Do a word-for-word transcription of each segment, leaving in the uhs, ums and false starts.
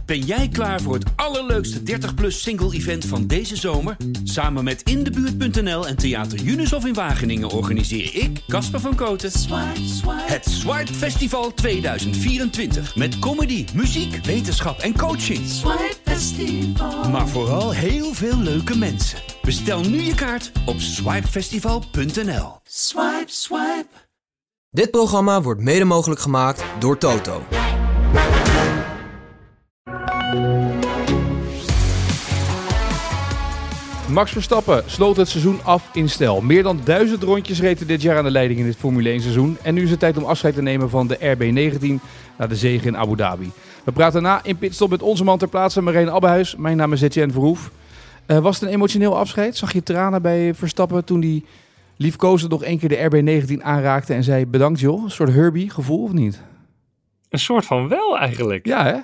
Ben jij klaar voor het allerleukste dertig plus single event van deze zomer? Samen met In de Buurt punt n l en Theater Junushof in Wageningen organiseer ik, Casper van Kooten, Swipe, Swipe. Het Swipe Festival tweeduizend vierentwintig. Met comedy, muziek, wetenschap en coaching. Swipe Festival. Maar vooral heel veel leuke mensen. Bestel nu je kaart op swipe festival punt n l. Swipe, swipe. Dit programma wordt mede mogelijk gemaakt door Toto. Max Verstappen sloot het seizoen af in stijl. Meer dan duizend rondjes reed hij dit jaar aan de leiding in dit Formule één seizoen. En nu is het tijd om afscheid te nemen van de R B negentien na de zege in Abu Dhabi. We praten na in Pitstop met onze man ter plaatse, Marijn Abbehuis. Mijn naam is Etienne Verhoef. Uh, was het een emotioneel afscheid? Zag je tranen bij Verstappen toen hij liefkozend nog één keer de R B negentien aanraakte en zei bedankt joh? Een soort Herbie gevoel of niet? Een soort van wel eigenlijk. Ja hè?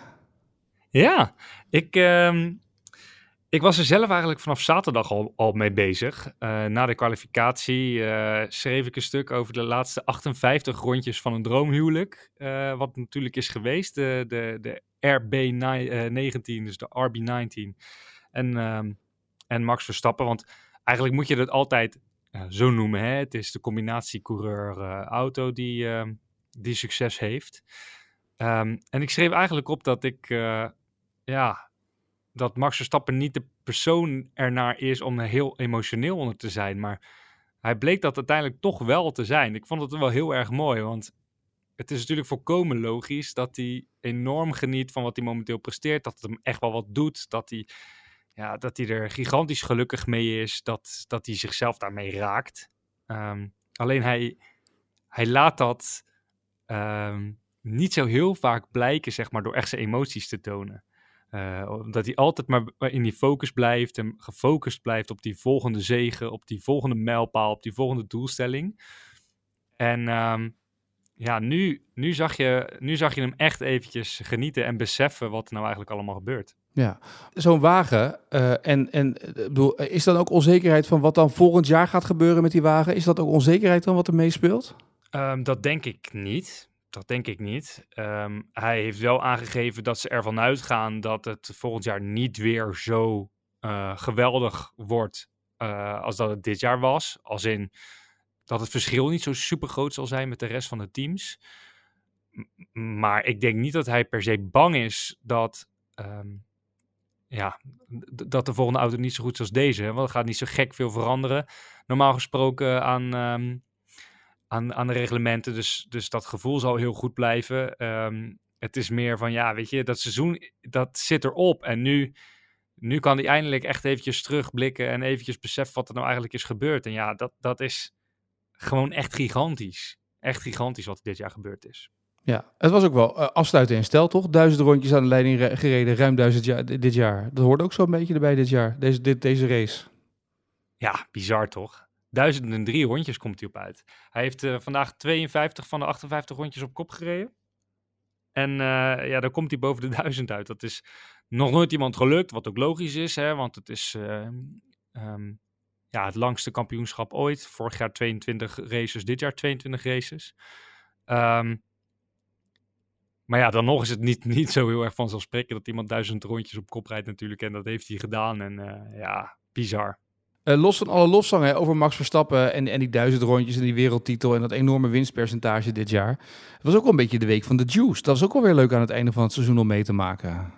Ja, ik... Uh... Ik was er zelf eigenlijk vanaf zaterdag al, al mee bezig. Uh, na de kwalificatie uh, schreef ik een stuk over de laatste achtenvijftig rondjes van een droomhuwelijk. Uh, wat natuurlijk is geweest, de, de, de R B negentien, dus de R B negentien. En, um, en Max Verstappen, want eigenlijk moet je dat altijd uh, zo noemen. Hè? Het is de combinatie coureur-auto uh, die, uh, die succes heeft. Um, en ik schreef eigenlijk op dat ik... Uh, ja... dat Max Verstappen niet de persoon ernaar is om er heel emotioneel onder te zijn. Maar hij bleek dat uiteindelijk toch wel te zijn. Ik vond het wel heel erg mooi, want het is natuurlijk volkomen logisch dat hij enorm geniet van wat hij momenteel presteert. Dat het hem echt wel wat doet. Dat hij, ja, dat hij er gigantisch gelukkig mee is. Dat, dat hij zichzelf daarmee raakt. Um, alleen hij, hij laat dat um, niet zo heel vaak blijken, zeg maar, door echt zijn emoties te tonen. Uh, omdat hij altijd maar in die focus blijft en gefocust blijft op die volgende zege, op die volgende mijlpaal, op die volgende doelstelling. En um, ja, nu, nu, zag je, nu zag je hem echt eventjes genieten en beseffen wat er nou eigenlijk allemaal gebeurt. Ja, zo'n wagen, uh, en, en bedoel, is dan ook onzekerheid van wat dan volgend jaar gaat gebeuren met die wagen? Is dat ook onzekerheid dan wat er meespeelt? Um, dat denk ik niet. Dat denk ik niet. Um, hij heeft wel aangegeven dat ze ervan uitgaan dat het volgend jaar niet weer zo uh, geweldig wordt uh, als dat het dit jaar was. Als in dat het verschil niet zo super groot zal zijn met de rest van de teams. M- maar ik denk niet dat hij per se bang is dat, um, ja, d- dat de volgende auto niet zo goed is als deze. Want het gaat niet zo gek veel veranderen. Normaal gesproken aan... Um, Aan, aan de reglementen, dus, dus dat gevoel zal heel goed blijven. Um, het is meer van, ja, weet je, dat seizoen, dat zit erop. En nu, nu kan hij eindelijk echt eventjes terugblikken en eventjes beseffen wat er nou eigenlijk is gebeurd. En ja, dat, dat is gewoon echt gigantisch. Echt gigantisch wat dit jaar gebeurd is. Ja, het was ook wel uh, afsluiten in stijl, toch? Duizend rondjes aan de leiding re- gereden, ruim duizend jaar, d- dit jaar. Dat hoort ook zo'n beetje erbij dit jaar, deze, dit, deze race. Ja, bizar toch? duizend drie rondjes komt hij op uit. Hij heeft uh, vandaag tweeënvijftig van de achtenvijftig rondjes op kop gereden. En uh, ja, dan komt hij boven de duizend uit. Dat is nog nooit iemand gelukt, wat ook logisch is. Hè, want het is uh, um, ja, het langste kampioenschap ooit. Vorig jaar tweeëntwintig races, dit jaar tweeëntwintig races. Um, maar ja, dan nog is het niet, niet zo heel erg vanzelfsprekend dat iemand duizend rondjes op kop rijdt natuurlijk. En dat heeft hij gedaan. En uh, ja, bizar. Uh, los van alle lofzangen hè, over Max Verstappen en, en die duizend rondjes en die wereldtitel en dat enorme winstpercentage dit jaar. Het was ook wel een beetje de week van de Juice. Dat was ook wel weer leuk aan het einde van het seizoen om mee te maken.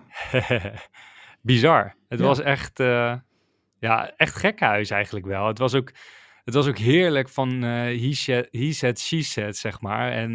Bizar. Het ja. was echt, uh, ja, echt gekkenhuis eigenlijk wel. Het was ook, het was ook heerlijk van uh, he, said, he said, she said, zeg maar. En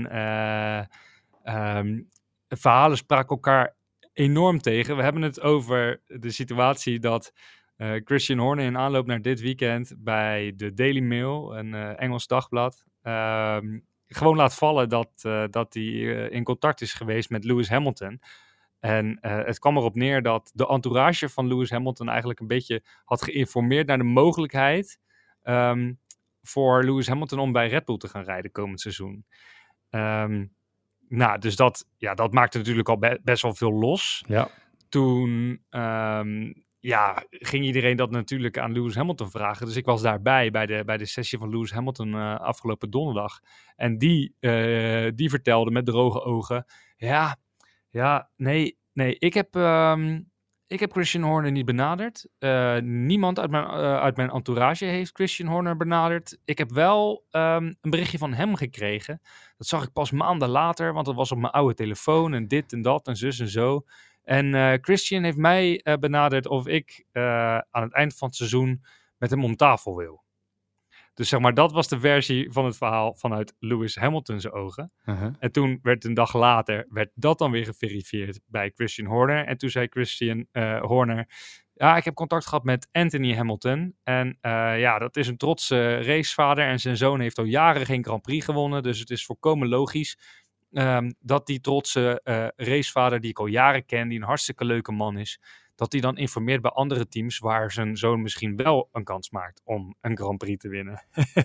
uh, um, verhalen spraken elkaar enorm tegen. We hebben het over de situatie dat Uh, Christian Horner in aanloop naar dit weekend bij de Daily Mail, een uh, Engels dagblad, uh, gewoon laat vallen dat, uh, dat hij uh, in contact is geweest met Lewis Hamilton. En uh, het kwam erop neer dat de entourage van Lewis Hamilton eigenlijk een beetje had geïnformeerd naar de mogelijkheid um, voor Lewis Hamilton om bij Red Bull te gaan rijden komend seizoen. Um, nou, dus dat, ja, dat maakte natuurlijk al be- best wel veel los. Ja. Toen... Um, Ja, ging iedereen dat natuurlijk aan Lewis Hamilton vragen. Dus ik was daarbij bij de, bij de sessie van Lewis Hamilton uh, afgelopen donderdag. En die, uh, die vertelde met droge ogen... Ja, ja, nee, nee, ik heb, um, ik heb Christian Horner niet benaderd. Uh, niemand uit mijn, uh, uit mijn entourage heeft Christian Horner benaderd. Ik heb wel um, een berichtje van hem gekregen. Dat zag ik pas maanden later, want dat was op mijn oude telefoon en dit en dat en zus en zo. En uh, Christian heeft mij uh, benaderd of ik uh, aan het eind van het seizoen met hem om tafel wil. Dus zeg maar, dat was de versie van het verhaal vanuit Lewis Hamilton's ogen. Uh-huh. En toen werd een dag later, werd dat dan weer geverifieerd bij Christian Horner. En toen zei Christian uh, Horner, ja, ik heb contact gehad met Anthony Hamilton. En uh, ja, dat is een trotse racevader en zijn zoon heeft al jaren geen Grand Prix gewonnen. Dus het is volkomen logisch um, dat die trotse uh, racevader, die ik al jaren ken, die een hartstikke leuke man is, dat hij dan informeert bij andere teams waar zijn zoon misschien wel een kans maakt om een Grand Prix te winnen.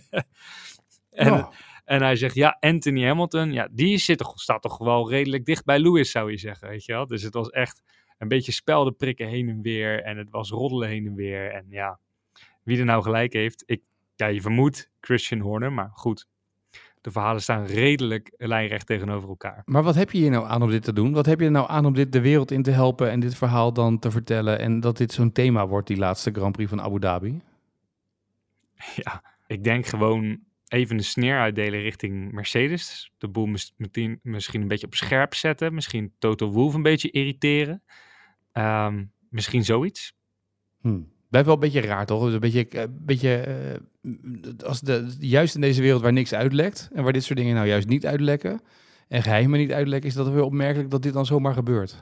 en, oh. en hij zegt, ja, Anthony Hamilton, ja, die zit toch, staat toch wel redelijk dicht bij Lewis, zou je zeggen, weet je wel. Dus het was echt een beetje spelden prikken heen en weer en het was roddelen heen en weer. En ja, wie er nou gelijk heeft, ik, ja, je vermoedt Christian Horner, maar goed. De verhalen staan redelijk lijnrecht tegenover elkaar. Maar wat heb je hier nou aan om dit te doen? Wat heb je er nou aan om dit de wereld in te helpen en dit verhaal dan te vertellen en dat dit zo'n thema wordt, die laatste Grand Prix van Abu Dhabi? Ja, ik denk gewoon even een sneer uitdelen richting Mercedes. De boel mis- meteen, misschien een beetje op scherp zetten. Misschien Toto Wolff een beetje irriteren. Um, misschien zoiets. Hmm. Blijft wel een beetje raar, toch? Dus een beetje, een beetje uh, als de, juist in deze wereld waar niks uitlekt en waar dit soort dingen nou juist niet uitlekken en geheimen niet uitlekken, is dat weer opmerkelijk dat dit dan zomaar gebeurt.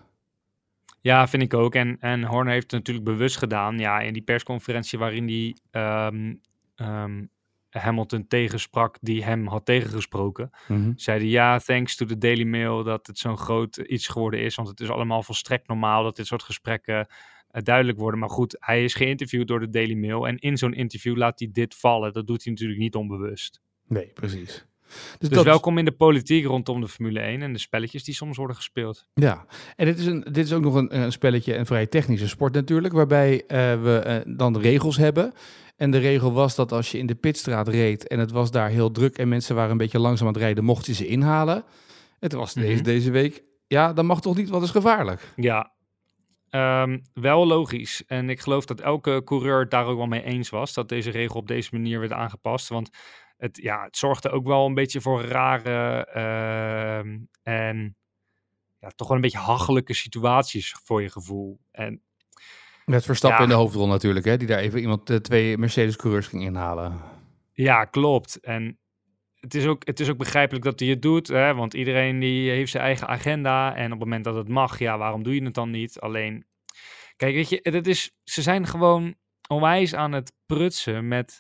Ja, vind ik ook. En, en Horner heeft het natuurlijk bewust gedaan. Ja, in die persconferentie waarin hij um, um, Hamilton tegensprak die hem had tegengesproken, mm-hmm. zei hij, ja, thanks to the Daily Mail dat het zo'n groot iets geworden is, want het is allemaal volstrekt normaal dat dit soort gesprekken duidelijk worden. Maar goed, hij is geïnterviewd door de Daily Mail en in zo'n interview laat hij dit vallen. Dat doet hij natuurlijk niet onbewust. Nee, precies. Dus, dus welkom in de politiek rondom de Formule één en de spelletjes die soms worden gespeeld. Ja, en dit is, een, dit is ook nog een, een spelletje, een vrij technische sport natuurlijk, waarbij uh, we uh, dan regels hebben. En de regel was dat als je in de pitstraat reed en het was daar heel druk en mensen waren een beetje langzaam aan het rijden, mochten ze inhalen. Het was deze, mm-hmm. deze week, ja, dat mag toch niet, wat is gevaarlijk? Ja. Um, wel logisch. En ik geloof dat elke coureur het daar ook wel mee eens was, dat deze regel op deze manier werd aangepast. Want het, ja, het zorgde ook wel een beetje voor rare uh, en ja, toch wel een beetje hachelijke situaties voor je gevoel. En met Verstappen ja, in de hoofdrol natuurlijk, hè, die daar even iemand, uh, twee Mercedes-coureurs ging inhalen. Ja, klopt. En het is ook, het is ook begrijpelijk dat hij het doet, hè, want iedereen die heeft zijn eigen agenda en op het moment dat het mag, ja, waarom doe je het dan niet? Alleen, kijk, weet je, het is, ze zijn gewoon onwijs aan het prutsen met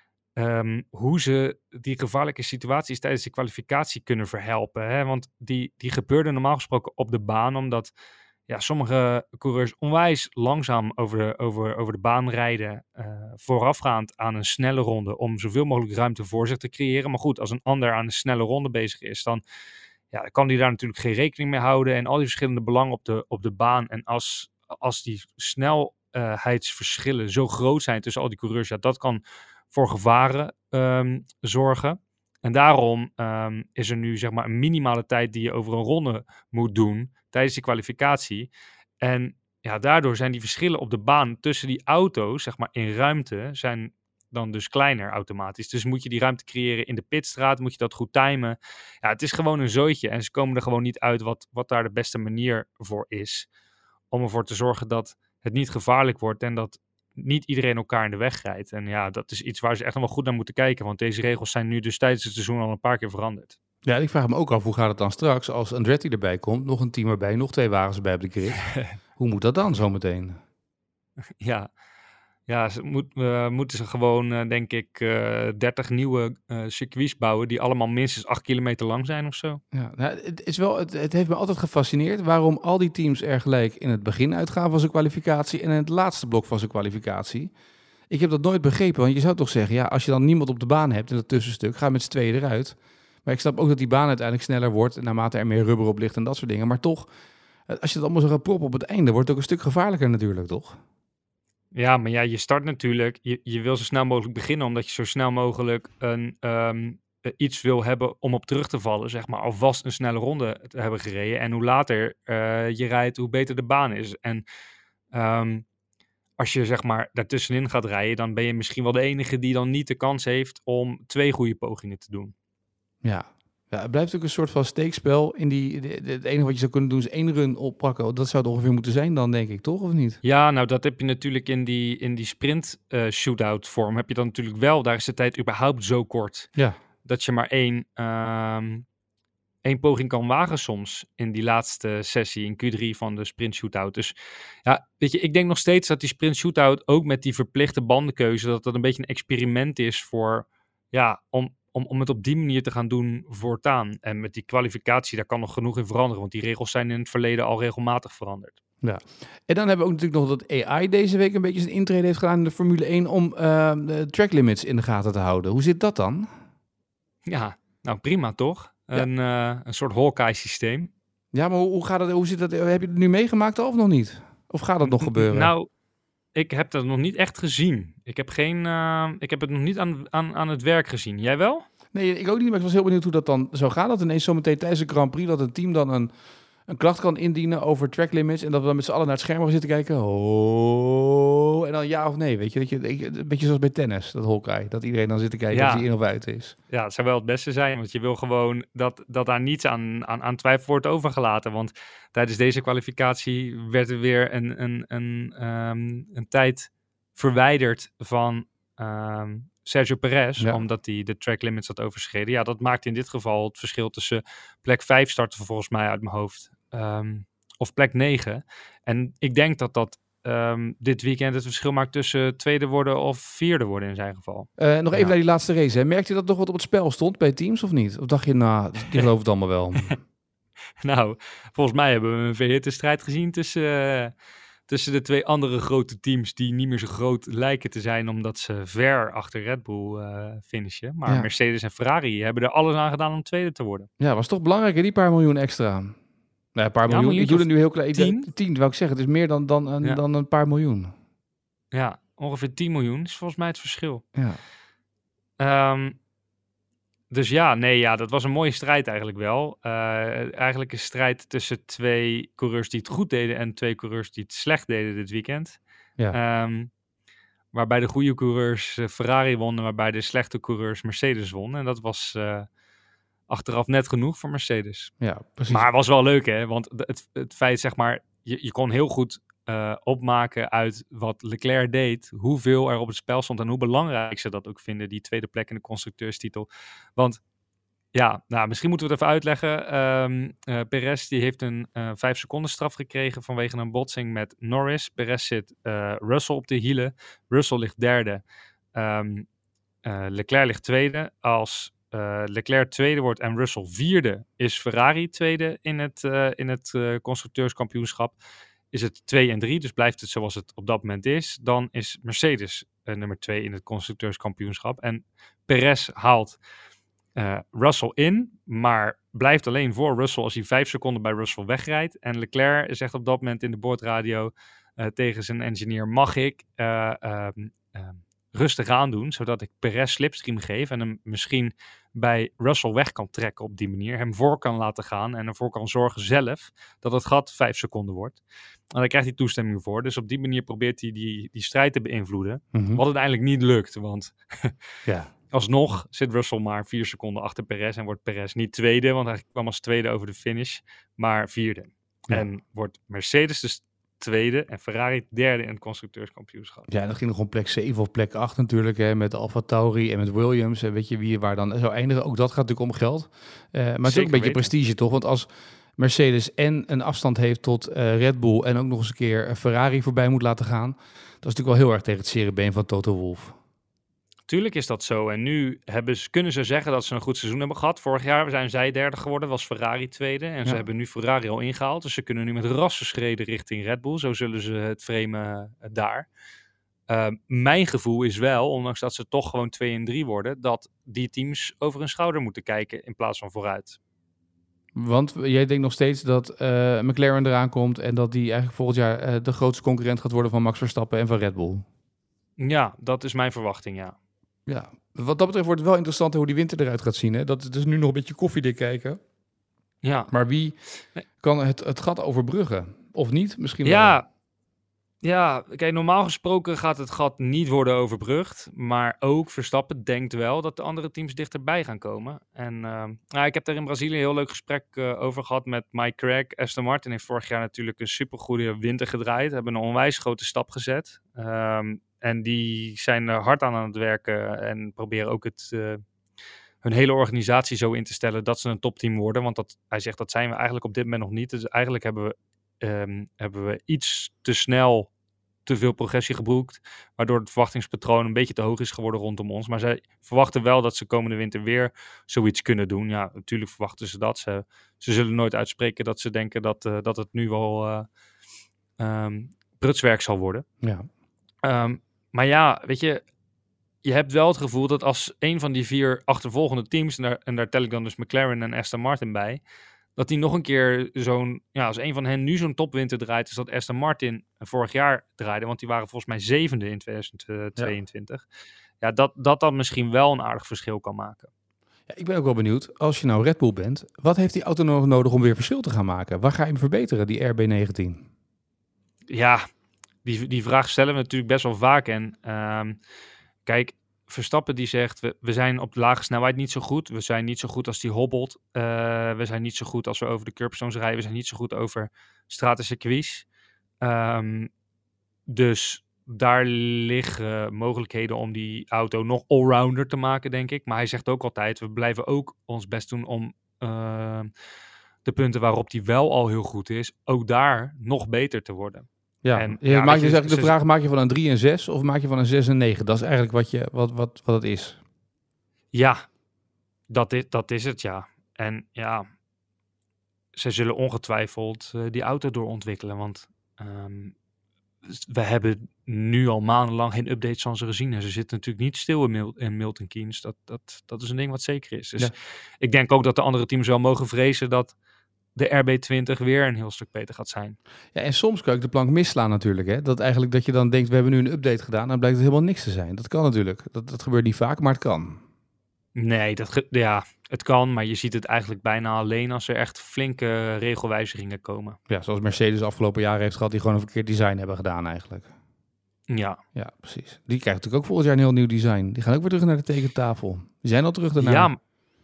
um, hoe ze die gevaarlijke situaties tijdens de kwalificatie kunnen verhelpen, hè, want die, die gebeurden normaal gesproken op de baan, omdat ja, sommige coureurs onwijs langzaam over de, over, over de baan rijden, uh, voorafgaand aan een snelle ronde, om zoveel mogelijk ruimte voor zich te creëren. Maar goed, als een ander aan een snelle ronde bezig is, dan ja, kan die daar natuurlijk geen rekening mee houden en al die verschillende belangen op de, op de baan. En als, als die snelheidsverschillen zo groot zijn tussen al die coureurs, ja, dat kan voor gevaren um, zorgen. En daarom um, is er nu zeg maar een minimale tijd die je over een ronde moet doen tijdens die kwalificatie. En ja, daardoor zijn die verschillen op de baan tussen die auto's, zeg maar in ruimte, zijn dan dus kleiner automatisch. Dus moet je die ruimte creëren in de pitstraat, moet je dat goed timen. Ja, het is gewoon een zooitje en ze komen er gewoon niet uit wat, wat daar de beste manier voor is. Om ervoor te zorgen dat het niet gevaarlijk wordt en dat niet iedereen elkaar in de weg rijdt. En ja, dat is iets waar ze echt nog wel goed naar moeten kijken, want deze regels zijn nu dus tijdens het seizoen al een paar keer veranderd. Ja, ik vraag me ook af, hoe gaat het dan straks als Andretti erbij komt, nog een team erbij, nog twee wagens bij op de grid. Hoe moet dat dan zometeen? Ja, ja ze moet, uh, moeten ze gewoon, uh, denk ik, uh, dertig nieuwe uh, circuits bouwen die allemaal minstens acht kilometer lang zijn of zo. Ja, nou, het, is wel, het, het heeft me altijd gefascineerd waarom al die teams er gelijk in het begin uitgaan van zijn kwalificatie en in het laatste blok van zijn kwalificatie. Ik heb dat nooit begrepen, want je zou toch zeggen, ja, als je dan niemand op de baan hebt in dat tussenstuk, ga met z'n tweeën eruit. Maar ik snap ook dat die baan uiteindelijk sneller wordt naarmate er meer rubber op ligt en dat soort dingen. Maar toch, als je het allemaal zo gaat proppen op het einde, wordt het ook een stuk gevaarlijker natuurlijk, toch? Ja, maar ja, je start natuurlijk, je, je wil zo snel mogelijk beginnen, omdat je zo snel mogelijk een, um, uh, iets wil hebben om op terug te vallen, zeg maar, alvast een snelle ronde te hebben gereden. En hoe later uh, je rijdt, hoe beter de baan is. En um, als je, zeg maar, daartussenin gaat rijden, dan ben je misschien wel de enige die dan niet de kans heeft om twee goede pogingen te doen. Ja. Ja, het blijft ook een soort van steekspel. In die, de, de, het enige wat je zou kunnen doen is één run oppakken. Dat zou het ongeveer moeten zijn dan, denk ik, toch? Of niet? Ja, nou dat heb je natuurlijk in die, in die sprint uh, shootout vorm. Heb je dan natuurlijk wel. Daar is de tijd überhaupt zo kort. Ja. Dat je maar één, um, één poging kan wagen soms in die laatste sessie in Q drie van de sprint shootout. Dus ja, weet je, ik denk nog steeds dat die sprint shootout ook met die verplichte bandenkeuze, dat dat een beetje een experiment is voor, ja, om... Om, om het op die manier te gaan doen voortaan. En met die kwalificatie, daar kan nog genoeg in veranderen. Want die regels zijn in het verleden al regelmatig veranderd. Ja. En dan hebben we ook natuurlijk nog dat A I deze week een beetje zijn intrede heeft gedaan in de Formule één... om uh, de track limits in de gaten te houden. Hoe zit dat dan? Ja, nou prima toch? Ja. Een, uh, een soort Hawkeye systeem. Ja, maar hoe, hoe gaat het? Hoe zit dat? Heb je het nu meegemaakt al of nog niet? Of gaat dat nog gebeuren? Nou, ik heb dat nog niet echt gezien. Ik heb, geen, uh, ik heb het nog niet aan, aan, aan het werk gezien. Jij wel? Nee, ik ook niet, maar ik was heel benieuwd hoe dat dan zou gaan. Dat ineens zometeen tijdens de Grand Prix dat een team dan een, een klacht kan indienen over track limits. En dat we dan met z'n allen naar het scherm gaan zitten kijken. Oh, en dan ja of nee, weet je. Dat je een beetje zoals bij tennis, dat Hawkeye. Dat iedereen dan zit te kijken ja. of die in of uit is. Ja, het zou wel het beste zijn. Want je wil gewoon dat, dat daar niets aan, aan, aan twijfel wordt overgelaten. Want tijdens deze kwalificatie werd er weer een, een, een, um, een tijd verwijderd van um, Sergio Perez, ja. omdat hij de track limits had overschreden. Ja, dat maakt in dit geval het verschil tussen plek vijf starten volgens mij uit mijn hoofd. Um, of plek negen. En ik denk dat dat um, dit weekend het verschil maakt tussen tweede worden of vierde worden in zijn geval. Uh, nog even ja. naar die laatste race. Hè. Merkte je dat nog wat op het spel stond bij teams of niet? Of dacht je, nou, die geloof het allemaal wel? Nou, volgens mij hebben we een verhitte strijd gezien tussen... Uh, Tussen de twee andere grote teams die niet meer zo groot lijken te zijn, omdat ze ver achter Red Bull uh, finishen. Maar ja. Mercedes en Ferrari hebben er alles aan gedaan om tweede te worden. Ja, was toch belangrijk, hè, die paar miljoen extra. Nou, een paar ja, miljoen. Ik doe het nu heel klein. Tien? Tien, wou ik zeggen. Het is meer dan, dan, een, ja. dan een paar miljoen. Ja, ongeveer tien miljoen is volgens mij het verschil. Ja. Um, Dus ja, nee, ja, dat was een mooie strijd eigenlijk wel. Uh, eigenlijk een strijd tussen twee coureurs die het goed deden en twee coureurs die het slecht deden dit weekend. Ja. Um, waarbij de goede coureurs uh, Ferrari wonnen, waarbij de slechte coureurs Mercedes wonnen. En dat was uh, achteraf net genoeg voor Mercedes. Ja, precies. Maar het was wel leuk, hè? Want het, het feit, zeg maar, je, je kon heel goed uh, opmaken uit wat Leclerc deed, hoeveel er op het spel stond en hoe belangrijk ze dat ook vinden, die tweede plek in de constructeurstitel. Want ja, nou, misschien moeten we het even uitleggen. Um, uh, Perez die heeft een uh, vijf seconden straf gekregen vanwege een botsing met Norris. Perez zit uh, Russell op de hielen. Russell ligt derde. Um, uh, Leclerc ligt tweede. Als uh, Leclerc tweede wordt en Russell vierde, is Ferrari tweede in het, uh, in het uh, constructeurskampioenschap. Is het twee en drie, dus blijft het zoals het op dat moment is. Dan is Mercedes uh, nummer twee in het constructeurskampioenschap. En Perez haalt uh, Russell in, maar blijft alleen voor Russell als hij vijf seconden bij Russell wegrijdt. En Leclerc zegt op dat moment in de boordradio uh, tegen zijn engineer, mag ik uh, uh, uh, rustig aandoen, zodat ik Perez slipstream geef en hem misschien bij Russell weg kan trekken op die manier, hem voor kan laten gaan en ervoor kan zorgen zelf dat het gat vijf seconden wordt. En daar krijgt hij toestemming voor. Dus op die manier probeert hij die, die strijd te beïnvloeden. Mm-hmm. Wat uiteindelijk niet lukt, want ja. alsnog zit Russell maar vier seconden achter Perez en wordt Perez niet tweede, want hij kwam als tweede over de finish, maar vierde. Ja. En wordt Mercedes dus tweede en Ferrari derde in het constructeurskampioenschap. Ja, en dat ging nog om plek zeven of plek acht natuurlijk, hè, met AlphaTauri en met Williams. En weet je wie waar dan zou eindigen? Ook dat gaat natuurlijk om geld. Uh, maar het is ook een beetje weten. prestige toch? Want als Mercedes en een afstand heeft tot uh, Red Bull en ook nog eens een keer Ferrari voorbij moet laten gaan, dat is natuurlijk wel heel erg tegen het zere been van Toto Wolff. Tuurlijk is dat zo. En nu hebben ze, kunnen ze zeggen dat ze een goed seizoen hebben gehad. Vorig jaar zijn zij derde geworden, was Ferrari tweede. En ja. ze hebben nu Ferrari al ingehaald. Dus ze kunnen nu met rassenschreden richting Red Bull. Zo zullen ze het framen uh, daar. Uh, mijn gevoel is wel, ondanks dat ze toch gewoon twee en drie worden, dat die teams over hun schouder moeten kijken in plaats van vooruit. Want jij denkt nog steeds dat uh, McLaren eraan komt en dat die eigenlijk volgend jaar uh, de grootste concurrent gaat worden van Max Verstappen en van Red Bull. Ja, dat is mijn verwachting, ja. Ja, wat dat betreft wordt het wel interessant hoe die winter eruit gaat zien. Hè? Dat het is nu nog een beetje koffiedik kijken. Ja. Maar wie kan het, het gat overbruggen? Of niet? Misschien wel. Ja, ja, kijk, normaal gesproken gaat het gat niet worden overbrugd. Maar ook Verstappen denkt wel dat de andere teams dichterbij gaan komen. En uh, nou, ik heb daar in Brazilië een heel leuk gesprek uh, over gehad met Mike Craig. Aston Martin heeft vorig jaar natuurlijk een supergoede winter gedraaid. Hebben een onwijs grote stap gezet. Um, en die zijn er hard aan aan het werken en proberen ook het... Uh, hun hele organisatie zo in te stellen dat ze een topteam worden. Want dat, hij zegt dat zijn we eigenlijk op dit moment nog niet. Dus eigenlijk hebben we, um, hebben we iets te snel te veel progressie geboekt. Waardoor het verwachtingspatroon een beetje te hoog is geworden rondom ons. Maar zij verwachten wel dat ze komende winter weer zoiets kunnen doen. Ja, natuurlijk verwachten ze dat. Ze, ze zullen nooit uitspreken dat ze denken dat, uh, dat het nu wel uh, um, prutswerk zal worden. Ja. Um, maar ja, weet je... Je hebt wel het gevoel dat als een van die vier achtervolgende teams, en daar, en daar tel ik dan dus McLaren en Aston Martin bij, dat die nog een keer zo'n, ja, als een van hen nu zo'n topwinter draait, is dat Aston Martin vorig jaar draaide, want die waren volgens mij zevende in tweeduizend tweeëntwintig. Ja, ja dat, dat dan misschien wel een aardig verschil kan maken. Ja, ik ben ook wel benieuwd, als je nou Red Bull bent, wat heeft die auto nog nodig om weer verschil te gaan maken? Waar ga je hem verbeteren, die R B negentien? Ja, die, die vraag stellen we natuurlijk best wel vaak en... Um, Kijk, Verstappen die zegt, we, we zijn op de lage snelheid niet zo goed. We zijn niet zo goed als die hobbelt. Uh, we zijn niet zo goed als we over de curbstones rijden. We zijn niet zo goed over stratencircuits. Um, dus daar liggen mogelijkheden om die auto nog allrounder te maken, denk ik. Maar hij zegt ook altijd, we blijven ook ons best doen om uh, de punten waarop die wel al heel goed is, ook daar nog beter te worden. Ja, en, ja, ja maak je, je je, de vraag, maak je van een drie en zes of maak je van een zes en negen? Dat is eigenlijk wat, je, wat, wat, wat het is. Ja, dat is, dat is het, ja. En ja, ze zullen ongetwijfeld uh, die auto doorontwikkelen, want um, we hebben nu al maandenlang geen updates van ze gezien. En ze zitten natuurlijk niet stil in, Mil- in Milton Keynes. Dat, dat, dat is een ding wat zeker is. Dus ja. Ik denk ook dat de andere teams wel mogen vrezen dat de R B twintig weer een heel stuk beter gaat zijn. Ja, en soms kan ik de plank misslaan natuurlijk. Hè? Dat eigenlijk dat je dan denkt, we hebben nu een update gedaan, dan blijkt het helemaal niks te zijn. Dat kan natuurlijk. Dat, dat gebeurt niet vaak, maar het kan. Nee, dat ge- ja, het kan, maar je ziet het eigenlijk bijna alleen als er echt flinke regelwijzigingen komen. Ja, zoals Mercedes afgelopen jaren heeft gehad, die gewoon een verkeerd design hebben gedaan eigenlijk. Ja. Ja, precies. Die krijgen natuurlijk ook volgend jaar een heel nieuw design. Die gaan ook weer terug naar de tekentafel. Die zijn al terug daarna. Ja,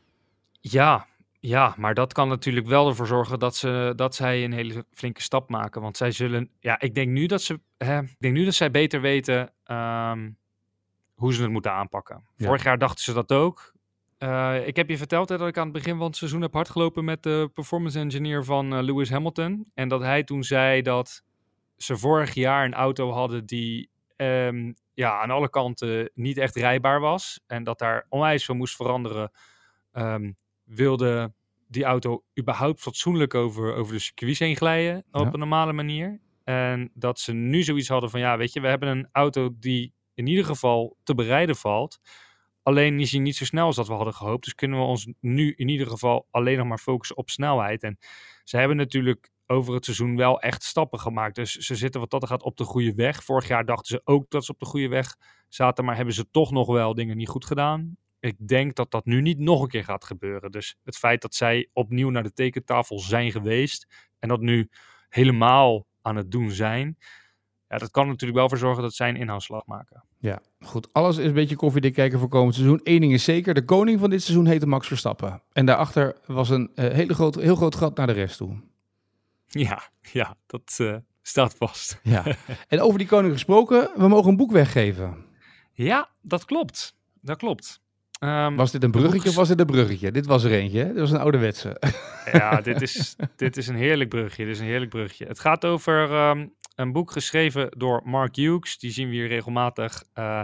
ja. Ja, maar dat kan natuurlijk wel ervoor zorgen dat, ze, dat zij een hele flinke stap maken. Want zij zullen... Ja, ik denk nu dat, ze, hè, ik denk nu dat zij beter weten um, hoe ze het moeten aanpakken. Ja. Vorig jaar dachten ze dat ook. Uh, ik heb je verteld hè, dat ik aan het begin van het seizoen heb hardgelopen met de performance engineer van uh, Lewis Hamilton. En dat hij toen zei dat ze vorig jaar een auto hadden die um, ja, aan alle kanten niet echt rijbaar was. En dat daar onwijs veel moest veranderen. Um, wilde die auto überhaupt fatsoenlijk over, over de circuits heen glijden op ja. een normale manier. En dat ze nu zoiets hadden van, ja, weet je, we hebben een auto die in ieder geval te berijden valt. Alleen is hij niet zo snel als dat we hadden gehoopt. Dus kunnen we ons nu in ieder geval alleen nog maar focussen op snelheid. En ze hebben natuurlijk over het seizoen wel echt stappen gemaakt. Dus ze zitten wat dat gaat op de goede weg. Vorig jaar dachten ze ook dat ze op de goede weg zaten, maar hebben ze toch nog wel dingen niet goed gedaan. Ik denk dat dat nu niet nog een keer gaat gebeuren. Dus het feit dat zij opnieuw naar de tekentafel zijn geweest en dat nu helemaal aan het doen zijn, ja, dat kan natuurlijk wel voor zorgen dat zij een inhaalslag maken. Ja, goed. Alles is een beetje koffiedik kijken voor komend seizoen. Eén ding is zeker, de koning van dit seizoen heette Max Verstappen. En daarachter was een uh, hele groot, heel groot gat naar de rest toe. Ja, ja, dat uh, staat vast. Ja. En over die koning gesproken, we mogen een boek weggeven. Ja, dat klopt. Dat klopt. Um, was dit een bruggetje boek... of was dit een bruggetje? Dit was er eentje, hè? Dit was een ouderwetse. Ja, dit is, dit is een heerlijk bruggetje. Dit is een heerlijk bruggetje. Het gaat over um, een boek geschreven door Mark Hughes. Die zien we hier regelmatig uh,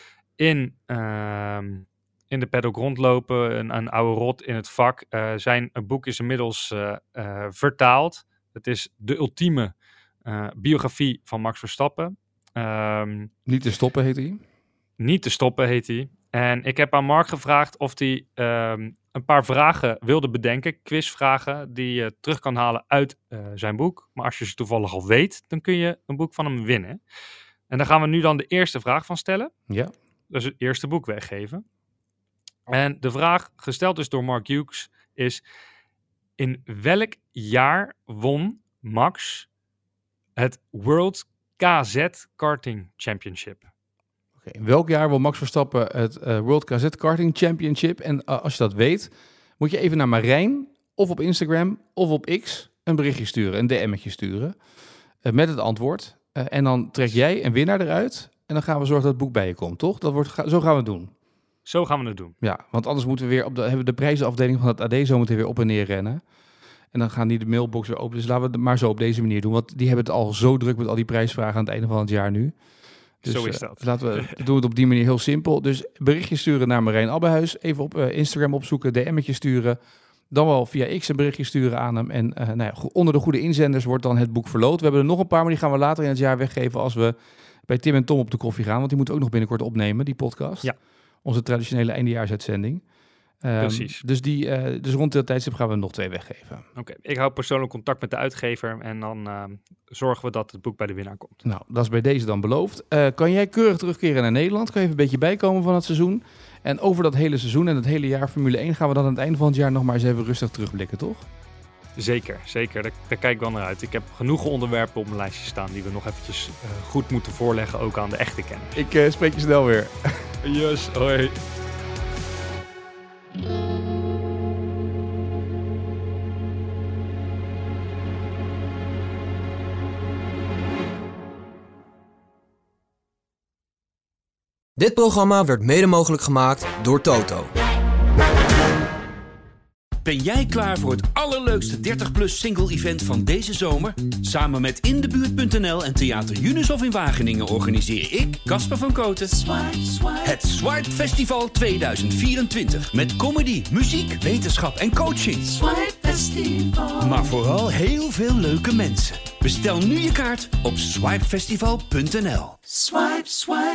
in, uh, in de paddock rondlopen. Een, een oude rot in het vak. Uh, zijn boek is inmiddels uh, uh, vertaald. Het is de ultieme uh, biografie van Max Verstappen. Um, Niet te stoppen heet hij? Niet te stoppen heet hij. En ik heb aan Mark gevraagd of hij um, een paar vragen wilde bedenken, quizvragen, die je terug kan halen uit uh, zijn boek. Maar als je ze toevallig al weet, dan kun je een boek van hem winnen. En daar gaan we nu dan de eerste vraag van stellen. Ja. dus het eerste boek weggeven. En de vraag, gesteld dus door Mark Hughes, is: in welk jaar won Max het World K Z Karting Championship? Okay, in welk jaar wil Max Verstappen het uh, World K Z Karting Championship? En uh, als je dat weet, moet je even naar Marijn of op Instagram of op X een berichtje sturen, een D M'tje sturen uh, met het antwoord. Uh, en dan trek jij een winnaar eruit en dan gaan we zorgen dat het boek bij je komt, toch? Dat wordt, ga, zo gaan we het doen. Zo gaan we het doen. Ja, want anders moeten we weer op de, hebben we de prijzenafdeling van het A D zo meteen weer op en neer rennen. En dan gaan die de mailbox weer open. Dus laten we het maar zo op deze manier doen. Want die hebben het al zo druk met al die prijsvragen aan het einde van het jaar nu. Dus, zo is dat. Uh, laten we doen het op die manier heel simpel. Dus berichtje sturen naar Marijn Abbehuis. Even op uh, Instagram opzoeken, D M'tje sturen. Dan wel via X een berichtje sturen aan hem. En uh, nou ja, onder de goede inzenders wordt dan het boek verloot. We hebben er nog een paar, maar die gaan we later in het jaar weggeven als we bij Tim en Tom op de koffie gaan. Want die moeten ook nog binnenkort opnemen, die podcast. Ja. Onze traditionele eindejaarsuitzending. Um, Precies. Dus, die, uh, dus rond dat tijdstip gaan we er nog twee weggeven. Oké, okay. Ik hou persoonlijk contact met de uitgever en dan uh, zorgen we dat het boek bij de winnaar komt. Nou, dat is bij deze dan beloofd. Uh, kan jij keurig terugkeren naar Nederland? Kan je even een beetje bijkomen van het seizoen? En over dat hele seizoen en het hele jaar Formule één gaan we dan aan het einde van het jaar nog maar eens even rustig terugblikken, toch? Zeker, zeker. Daar, daar kijk ik wel naar uit. Ik heb genoeg onderwerpen op mijn lijstje staan die we nog eventjes uh, goed moeten voorleggen, ook aan de echte kenners. Ik uh, spreek je snel weer. Yes, hoi. Dit programma werd mede mogelijk gemaakt door Toto. Ben jij klaar voor het allerleukste dertig plus single event van deze zomer? Samen met Indebuurt punt n l en Theater Unisof in Wageningen organiseer ik, Casper van Koten, Swipe, Swipe. Het Swipe Festival tweeduizend vierentwintig. Met comedy, muziek, wetenschap en coaching. Swipe Festival. Maar vooral heel veel leuke mensen. Bestel nu je kaart op swipe festival punt n l. Swipe, swipe.